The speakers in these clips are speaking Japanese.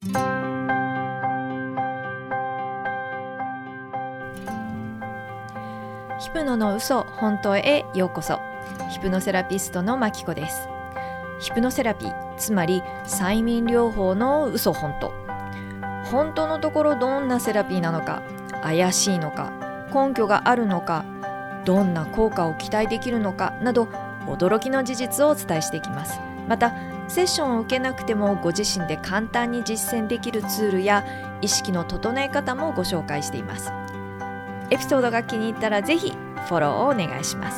ヒプノの嘘本当へようこそ。ヒプノセラピストのまきこです。ヒプノセラピー、つまり催眠療法の嘘本当。本当のところどんなセラピーなのか、怪しいのか、根拠があるのか、どんな効果を期待できるのかなど、驚きの事実をお伝えしていきます。またセッションを受けなくてもご自身で簡単に実践できるツールや意識の整え方もご紹介しています。エピソードが気に入ったらぜひフォローをお願いします。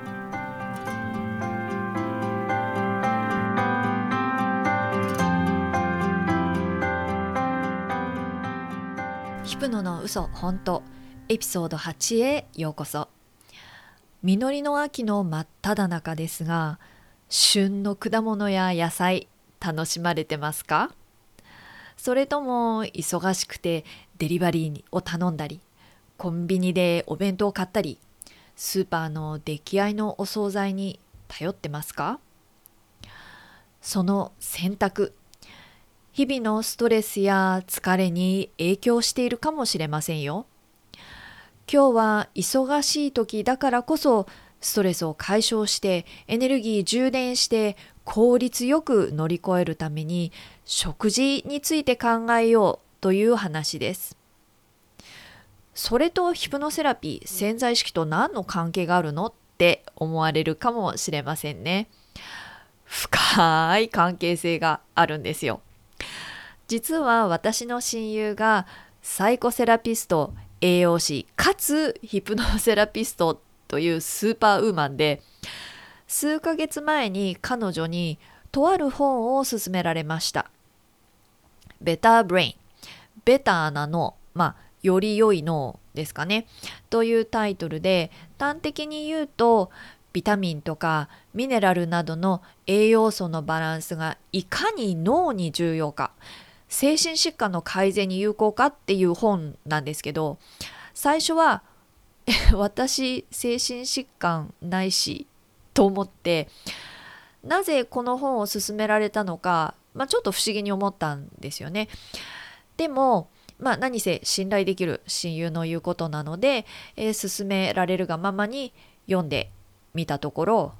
ヒプノの嘘本当エピソード8へようこそ。実りの秋の真っ只中ですが、旬の果物や野菜楽しまれてますか？それとも忙しくてデリバリーを頼んだり、コンビニでお弁当を買ったり、スーパーの出来合いのお惣菜に頼ってますか？その選択、日々のストレスや疲れに影響しているかもしれませんよ。今日は忙しい時だからこそストレスを解消してエネルギー充電して効率よく乗り越えるために食事について考えようという話です。それとヒプノセラピー、潜在意識と何の関係があるのって思われるかもしれませんね。深い関係性があるんですよ。実は私の親友がサイコセラピスト、栄養士かつヒプノセラピストというスーパーウーマンで、数ヶ月前に彼女にとある本を勧められました。ベターブレイン、ベターな脳、より良い脳ですかねというタイトルで、端的に言うとビタミンとかミネラルなどの栄養素のバランスがいかに脳に重要か、精神疾患の改善に有効かっていう本なんですけど、最初は私精神疾患ないしと思って、なぜこの本を勧められたのか、ちょっと不思議に思ったんですよね。でも何せ信頼できる親友の言うことなので、勧められるがままに読んでみたところ、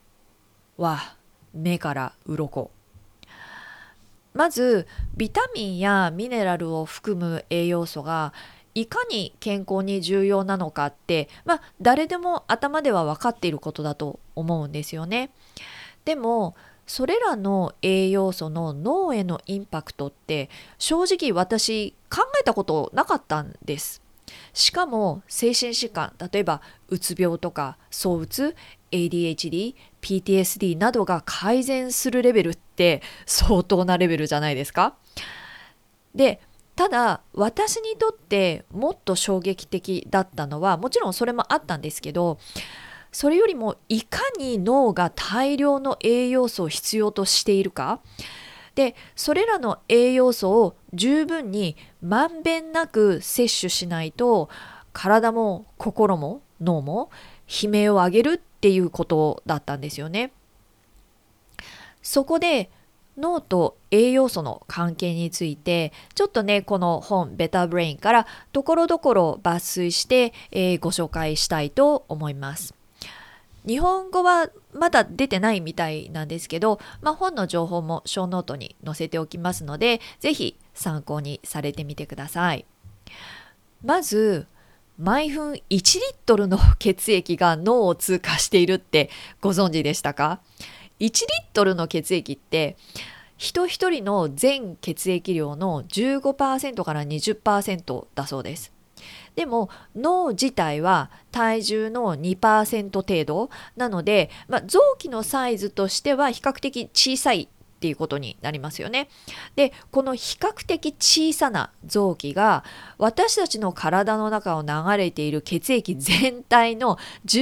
目から鱗。まずビタミンやミネラルを含む栄養素がいかに健康に重要なのかって、誰でも頭では分かっていることだと思うんですよね。でもそれらの栄養素の脳へのインパクトって正直私考えたことなかったんです。しかも精神疾患、例えばうつ病とか躁うつ、ADHD、PTSD などが改善するレベルって相当なレベルじゃないですか。で、ただ私にとってもっと衝撃的だったのは、もちろんそれもあったんですけど、それよりもいかに脳が大量の栄養素を必要としているかで、それらの栄養素を十分にまんべんなく摂取しないと、体も心も脳も悲鳴を上げるっていうことだったんですよね。そこで脳と栄養素の関係についてちょっとね、この本ベターブレインからところどころ抜粋して、ご紹介したいと思います。日本語はまだ出てないみたいなんですけど、本の情報もショーノートに載せておきますので、ぜひ参考にされてみてください。まず毎分1リットルの血液が脳を通過しているってご存知でしたか？ 1 リットルの血液って人一人の全血液量の 15% から 20% だそうです。でも脳自体は体重の 2% 程度なので、臓器のサイズとしては比較的小さいっていうことになりますよね。で、この比較的小さな臓器が私たちの体の中を流れている血液全体の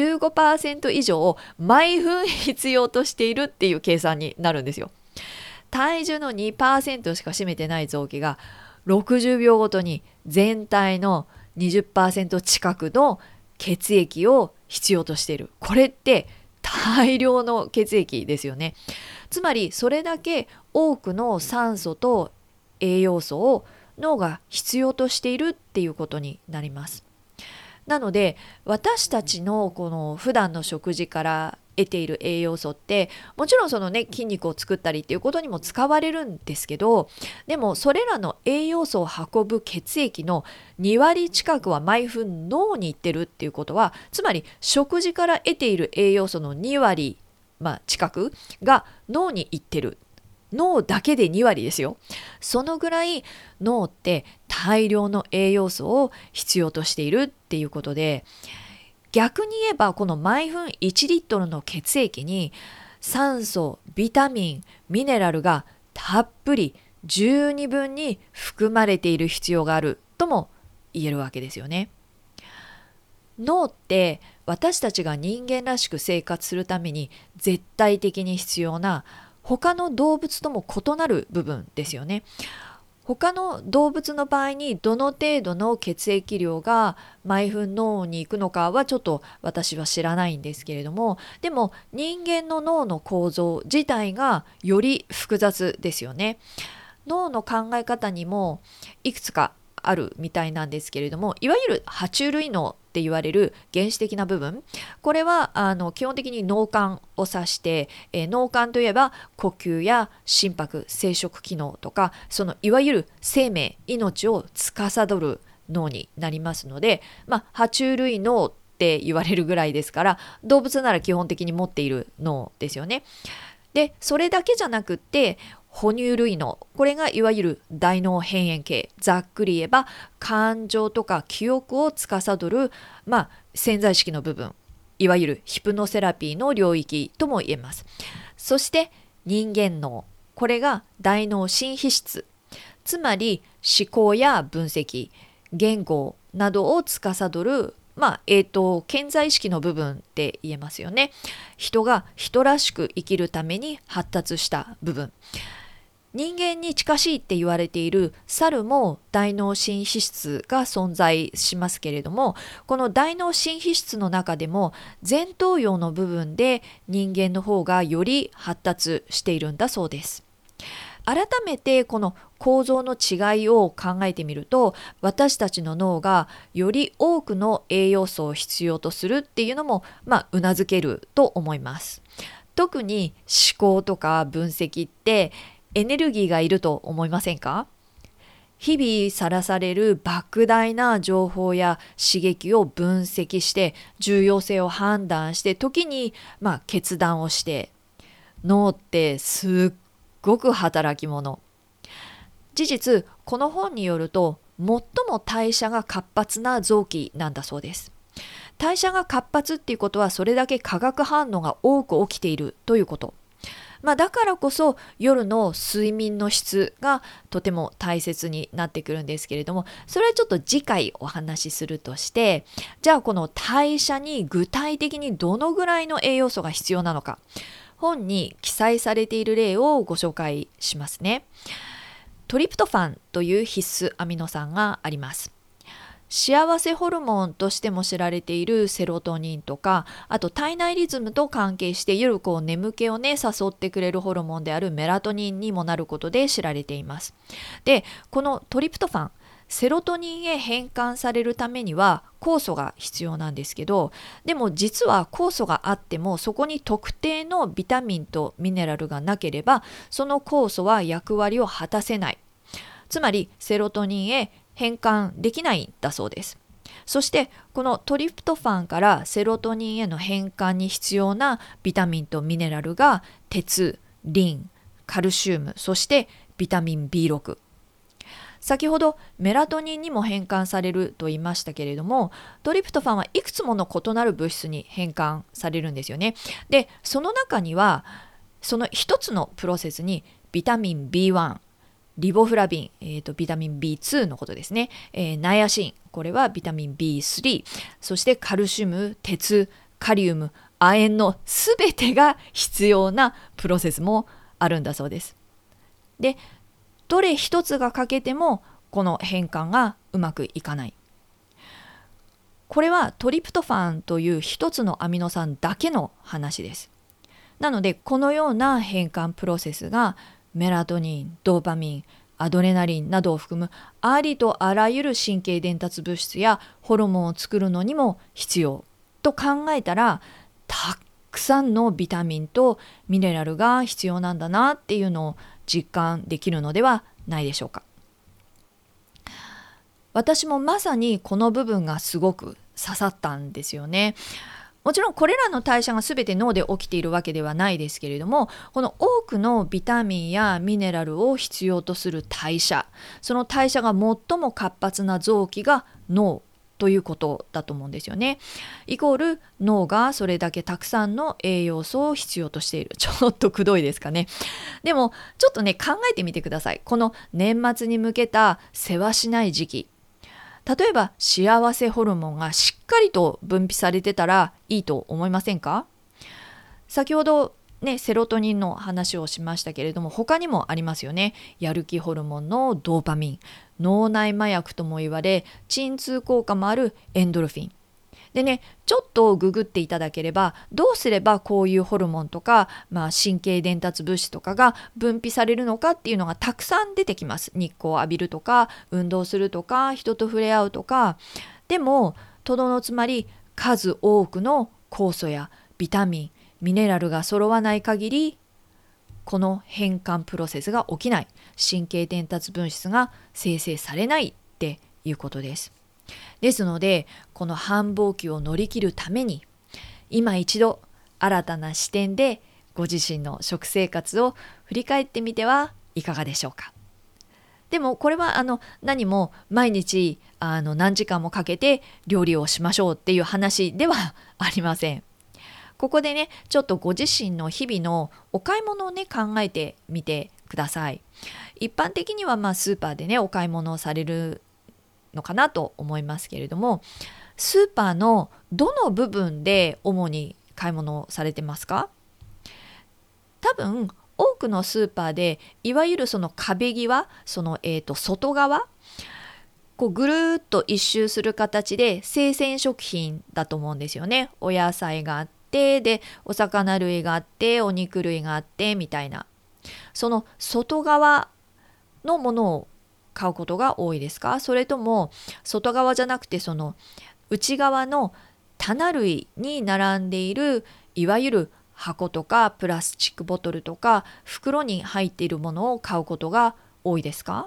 15% 以上を毎分必要としているっていう計算になるんですよ。体重の 2% しか占めてない臓器が60秒ごとに全体の 20% 近くの血液を必要としている。これって大量の血液ですよね。つまりそれだけ多くの酸素と栄養素を脳が必要としているっていうことになります。なので私たちのこの普段の食事から得ている栄養素ってもちろんそのね筋肉を作ったりっていうことにも使われるんですけど、でもそれらの栄養素を運ぶ血液の2割近くは毎分脳に行ってるっていうことは、つまり食事から得ている栄養素の2割、近くが脳に行ってる。脳だけで2割ですよ。そのぐらい脳って大量の栄養素を必要としているっていうことで、逆に言えばこの毎分1リットルの血液に酸素、ビタミン、ミネラルがたっぷり十二分に含まれている必要があるとも言えるわけですよね。脳って私たちが人間らしく生活するために絶対的に必要な他の動物とも異なる部分ですよね。他の動物の場合にどの程度の血液量が毎分脳に行くのかはちょっと私は知らないんですけれども、でも人間の脳の構造自体がより複雑ですよね。脳の考え方にもいくつかあるみたいなんですけれども、いわゆる爬虫類脳って言われる原始的な部分、これは基本的に脳幹を指して、脳幹といえば呼吸や心拍、生殖機能とか、そのいわゆる生命、命を司る脳になりますので、爬虫類脳って言われるぐらいですから、動物なら基本的に持っている脳ですよね。でそれだけじゃなくって哺乳類脳、これがいわゆる大脳辺縁系、ざっくり言えば感情とか記憶を司る、潜在意識の部分、いわゆるヒプノセラピーの領域とも言えます。そして人間脳、これが大脳新皮質、つまり思考や分析、言語などを司る潜在意識の部分って言えますよね。人が人らしく生きるために発達した部分。人間に近しいって言われている猿も大脳新皮質が存在しますけれども、この大脳新皮質の中でも前頭葉の部分で人間の方がより発達しているんだそうです。改めてこの構造の違いを考えてみると、私たちの脳がより多くの栄養素を必要とするっていうのもうなずけると思います。特に思考とか分析ってエネルギーがいると思いませんか？日々さらされる莫大な情報や刺激を分析して重要性を判断して、時に決断をして、脳ってすっごく働き者。事実この本によると最も代謝が活発な臓器なんだそうです。代謝が活発っていうことはそれだけ化学反応が多く起きているということ。だからこそ夜の睡眠の質がとても大切になってくるんですけれども、それはちょっと次回お話しするとして、じゃあこの代謝に具体的にどのぐらいの栄養素が必要なのか、本に記載されている例をご紹介しますね。トリプトファンという必須アミノ酸があります。幸せホルモンとしても知られているセロトニンとか、あと体内リズムと関係して夜眠気を誘ってくれるホルモンであるメラトニンにもなることで知られています。でこのトリプトファン、セロトニンへ変換されるためには酵素が必要なんですけど、でも実は酵素があってもそこに特定のビタミンとミネラルがなければ、その酵素は役割を果たせない。つまりセロトニンへ変換できないんだそうです。そしてこのトリプトファンからセロトニンへの変換に必要なビタミンとミネラルが鉄、リン、カルシウム、そしてビタミン B6。先ほどメラトニンにも変換されると言いましたけれども、トリプトファンはいくつもの異なる物質に変換されるんですよね。でその中にはその一つのプロセスにビタミン B1、リボフラビン、ビタミン B2 のことですね、ナイアシン、これはビタミン B3、そしてカルシウム、鉄、カリウム、亜鉛のすべてが必要なプロセスもあるんだそうです。でどれ一つが欠けてもこの変換がうまくいかない。これはトリプトファンという一つのアミノ酸だけの話です。なのでこのような変換プロセスがメラトニン、ドーパミン、 アドレナリンなどを含むありとあらゆる神経伝達物質やホルモンを作るのにも必要と考えたら、たくさんのビタミンとミネラルが必要なんだなっていうのを実感できるのではないでしょうか。私もまさにこの部分がすごく刺さったんですよね。もちろんこれらの代謝が全て脳で起きているわけではないですけれども、この多くのビタミンやミネラルを必要とする代謝、その代謝が最も活発な臓器が脳ということだと思うんですよね。イコール脳がそれだけたくさんの栄養素を必要としている。ちょっとくどいですかね。でもちょっとね、考えてみてください。この年末に向けたせわしない時期、例えば幸せホルモンがしっかりと分泌されてたらいいと思いませんか？先ほどね、セロトニンの話をしましたけれども、他にもありますよね。やる気ホルモンのドーパミン、脳内麻薬とも言われ鎮痛効果もあるエンドルフィンでね、ちょっとググっていただければ、どうすればこういうホルモンとか、神経伝達物質とかが分泌されるのかっていうのがたくさん出てきます。日光を浴びるとか、運動するとか、人と触れ合うとか。でもとどのつまり、数多くの酵素やビタミン、ミネラルが揃わない限り、この変換プロセスが起きない、神経伝達物質が生成されないっていうことです。ですので、この繁忙期を乗り切るために、今一度新たな視点でご自身の食生活を振り返ってみてはいかがでしょうか。でもこれは何も毎日何時間もかけて料理をしましょうっていう話ではありません。ここでね、ちょっとご自身の日々のお買い物をね、考えてみてください。一般的にはスーパーでね、お買い物をされるのかなと思いますけれども、スーパーのどの部分で主に買い物をされてますか？多分多くのスーパーで、いわゆるその壁際、外側、こうぐるーっと一周する形で生鮮食品だと思うんですよね。お野菜があって、でお魚類があって、お肉類があってみたいな、その外側のものを買うことが多いですか？それとも外側じゃなくて、その内側の棚類に並んでいる、いわゆる箱とかプラスチックボトルとか袋に入っているものを買うことが多いですか？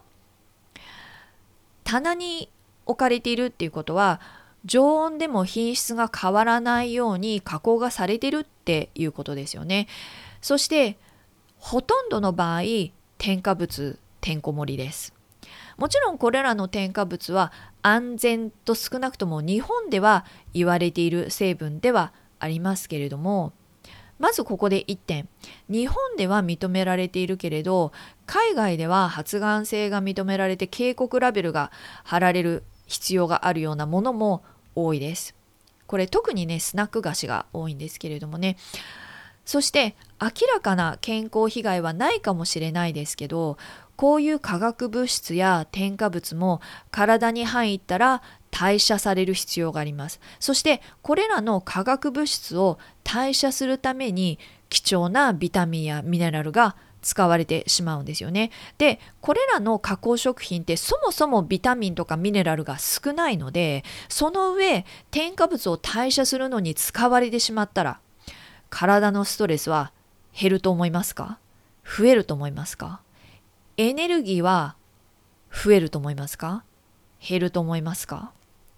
棚に置かれているっていうことは、常温でも品質が変わらないように加工がされているっていうことですよね。そしてほとんどの場合、添加物てんこ盛りです。もちろんこれらの添加物は安全と少なくとも日本では言われている成分ではありますけれども、まずここで1点、日本では認められているけれど、海外では発がん性が認められて警告ラベルが貼られる必要があるようなものも多いです。これ特にね、スナック菓子が多いんですけれどもね。そして明らかな健康被害はないかもしれないですけど、こういう化学物質や添加物も体に入ったら代謝される必要があります。そしてこれらの化学物質を代謝するために貴重なビタミンやミネラルが使われてしまうんですよね。で、これらの加工食品ってそもそもビタミンとかミネラルが少ないので、その上添加物を代謝するのに使われてしまったら、体のストレスは減ると思いますか？増えると思いますか？エネルギーは増えると思いますか？減ると思いますか？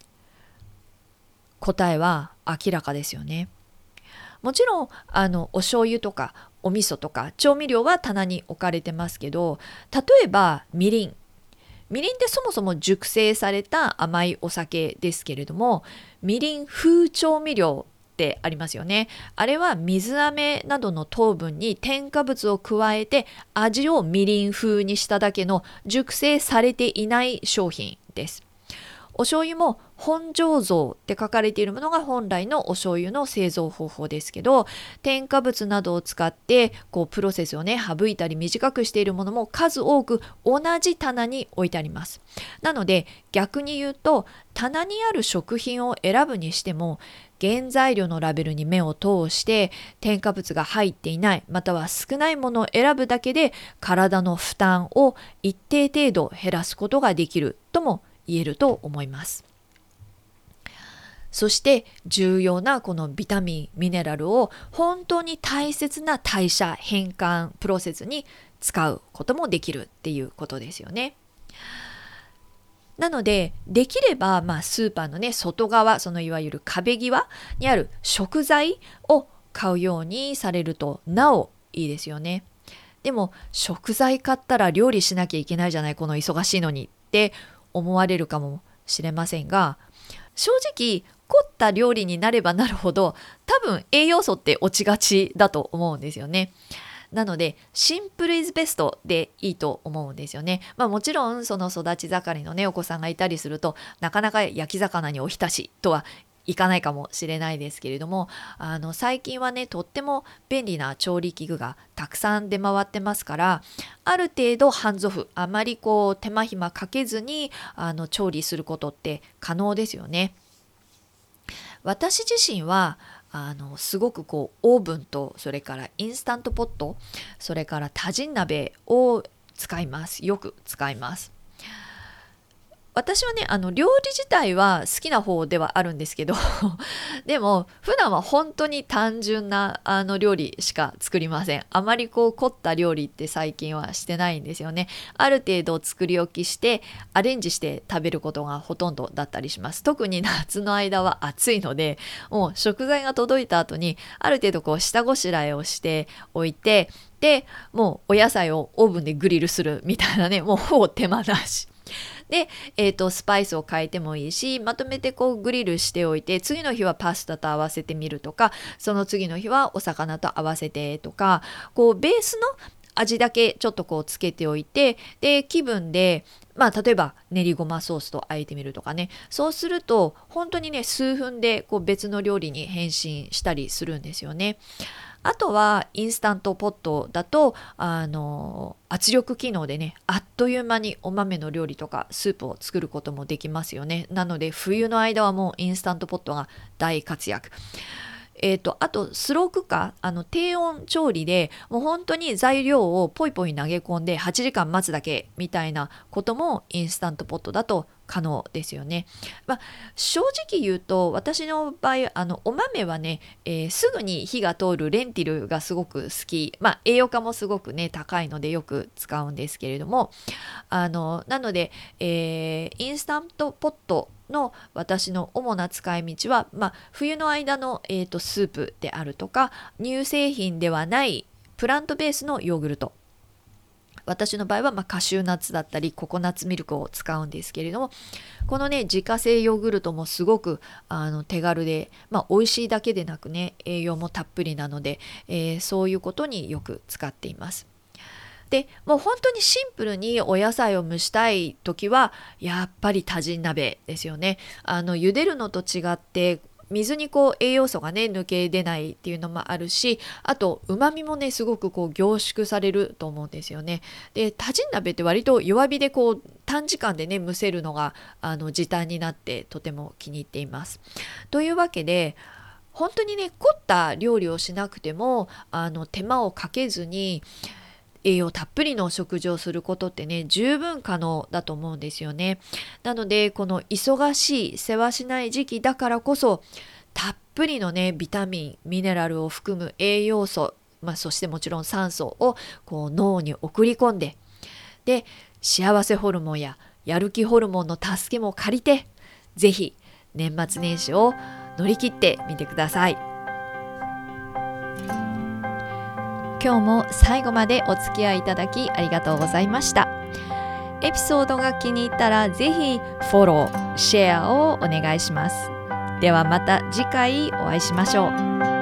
答えは明らかですよね。もちろんお醤油とかお味噌とか調味料は棚に置かれてますけど、例えばみりんってそもそも熟成された甘いお酒ですけれども、みりん風調味料ってありますよね。あれは水飴などの糖分に添加物を加えて味をみりん風にしただけの熟成されていない商品です。お醤油も本醸造って書かれているものが本来のお醤油の製造方法ですけど、添加物などを使ってプロセスをね、省いたり短くしているものも数多く同じ棚に置いてあります。なので逆に言うと、棚にある食品を選ぶにしても原材料のラベルに目を通して添加物が入っていないまたは少ないものを選ぶだけで体の負担を一定程度減らすことができるとも言えると思います。そして重要なこのビタミンミネラルを本当に大切な代謝変換プロセスに使うこともできるっていうことですよね。なのでできればスーパーのね外側そのいわゆる壁際にある食材を買うようにされるとなおいいですよね。でも食材買ったら料理しなきゃいけないじゃないこの忙しいのにって思われるかもしれませんが、正直凝った料理になればなるほど多分栄養素って落ちがちだと思うんですよね。なのでシンプルイズベストでいいと思うんですよね。もちろんその育ち盛りのねお子さんがいたりするとなかなか焼き魚におひたしとはいかないかもしれないですけれども、最近はねとっても便利な調理器具がたくさん出回ってますから、ある程度ハンズオフあまり手間暇かけずに調理することって可能ですよね。私自身はすごくオーブンとそれからインスタントポットそれから多人鍋を使います。よく使います。私はね料理自体は好きな方ではあるんですけどでも普段は本当に単純な料理しか作りません。あまり凝った料理って最近はしてないんですよね。ある程度作り置きしてアレンジして食べることがほとんどだったりします。特に夏の間は暑いのでもう食材が届いた後にある程度下ごしらえをしておいて、でもうお野菜をオーブンでグリルするみたいなね、もうほぼ手間なしで、スパイスを変えてもいいしまとめてグリルしておいて次の日はパスタと合わせてみるとかその次の日はお魚と合わせてとかベースの味だけちょっとつけておいて、で気分で例えば練りごまソースと和えてみるとかね、そうすると本当にね数分で別の料理に変身したりするんですよね。あとはインスタントポットだと圧力機能でねあっという間にお豆の料理とかスープを作ることもできますよね。なので冬の間はもうインスタントポットが大活躍。あとスロークッカー低温調理でもう本当に材料をポイポイ投げ込んで8時間待つだけみたいなこともインスタントポットだと可能ですよね。正直言うと私の場合お豆はね、すぐに火が通るレンティルがすごく好き、栄養価もすごくね高いのでよく使うんですけれどもなので、インスタントポットの私の主な使い道は、冬の間の、スープであるとか乳製品ではないプラントベースのヨーグルト、私の場合はカシューナッツだったりココナッツミルクを使うんですけれども、このね自家製ヨーグルトもすごく手軽で、美味しいだけでなくね栄養もたっぷりなので、そういうことによく使っています。でもう本当にシンプルにお野菜を蒸したい時はやっぱり多人鍋ですよね。茹でるのと違って水に栄養素がね抜け出ないっていうのもあるし、あと旨味もねすごく凝縮されると思うんですよね。で多人鍋って割と弱火で短時間でね蒸せるのが時短になってとても気に入っています。というわけで本当にね凝った料理をしなくても手間をかけずに栄養たっぷりの食事をすることってね十分可能だと思うんですよね。なのでこの忙しい世話しない時期だからこそたっぷりのねビタミンミネラルを含む栄養素、そしてもちろん酸素を脳に送り込んで、で幸せホルモンややる気ホルモンの助けも借りてぜひ年末年始を乗り切ってみてください。今日も最後までお付き合いいただきありがとうございました。エピソードが気に入ったらぜひフォロー、シェアをお願いします。ではまた次回お会いしましょう。